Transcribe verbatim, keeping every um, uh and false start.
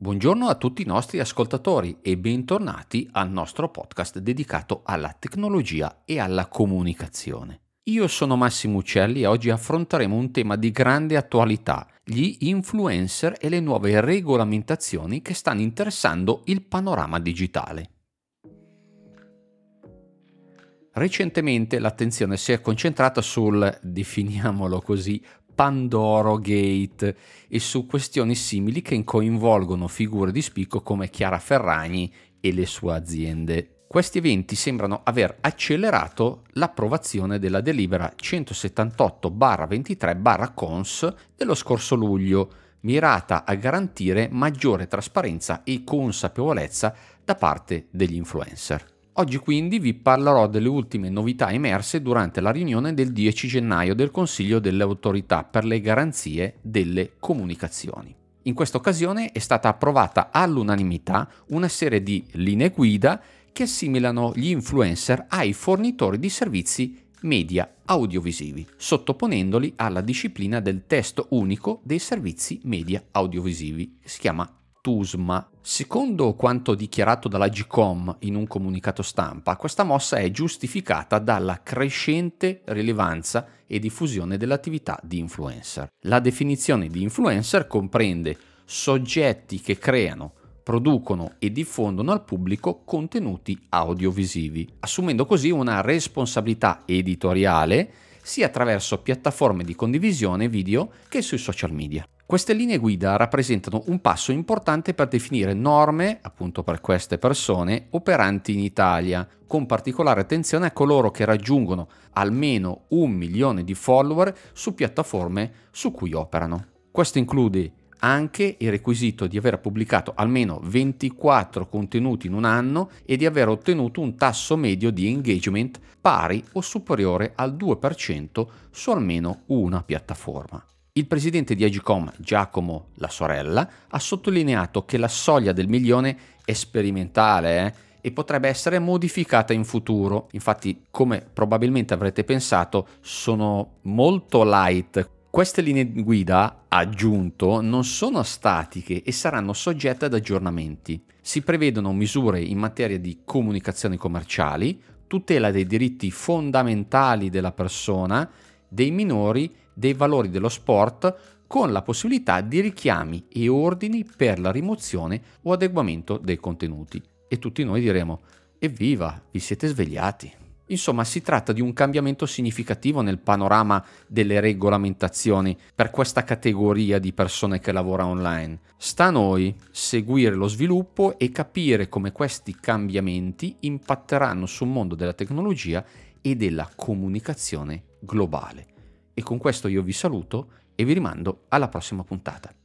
Buongiorno a tutti i nostri ascoltatori e bentornati al nostro podcast dedicato alla tecnologia e alla comunicazione. Io sono Massimo Uccelli e oggi affronteremo un tema di grande attualità, gli influencer e le nuove regolamentazioni che stanno interessando il panorama digitale. Recentemente l'attenzione si è concentrata sul, definiamolo così, Pandoro Gate e su questioni simili che coinvolgono figure di spicco come Chiara Ferragni e le sue aziende. Questi eventi sembrano aver accelerato l'approvazione della delibera centosettantotto ventitré cons dello scorso luglio, mirata a garantire maggiore trasparenza e consapevolezza da parte degli influencer. Oggi quindi vi parlerò delle ultime novità emerse durante la riunione del dieci gennaio del Consiglio delle Autorità per le Garanzie delle Comunicazioni. In questa occasione è stata approvata all'unanimità una serie di linee guida che assimilano gli influencer ai fornitori di servizi media audiovisivi, sottoponendoli alla disciplina del testo unico dei servizi media audiovisivi, che si chiama T U S M A. Secondo quanto dichiarato dall'Agcom in un comunicato stampa, questa mossa è giustificata dalla crescente rilevanza e diffusione dell'attività di influencer. La definizione di influencer comprende soggetti che creano, producono e diffondono al pubblico contenuti audiovisivi, assumendo così una responsabilità editoriale sia attraverso piattaforme di condivisione video che sui social media. Queste linee guida rappresentano un passo importante per definire norme, appunto per queste persone, operanti in Italia, con particolare attenzione a coloro che raggiungono almeno un milione di follower su piattaforme su cui operano. Questo include anche il requisito di aver pubblicato almeno ventiquattro contenuti in un anno e di aver ottenuto un tasso medio di engagement pari o superiore al due per cento su almeno una piattaforma. Il presidente di Agcom, Giacomo La Sorella, ha sottolineato che la soglia del milione è sperimentale eh, e potrebbe essere modificata in futuro. Infatti, come probabilmente avrete pensato, sono molto light. Queste linee guida, ha aggiunto, non sono statiche e saranno soggette ad aggiornamenti. Si prevedono misure in materia di comunicazioni commerciali, tutela dei diritti fondamentali della persona, dei minori, dei valori dello sport, con la possibilità di richiami e ordini per la rimozione o adeguamento dei contenuti. E tutti noi diremo: evviva, vi siete svegliati! Insomma, si tratta di un cambiamento significativo nel panorama delle regolamentazioni per questa categoria di persone che lavora online. Sta a noi seguire lo sviluppo e capire come questi cambiamenti impatteranno sul mondo della tecnologia e della comunicazione globale. E con questo io vi saluto e vi rimando alla prossima puntata.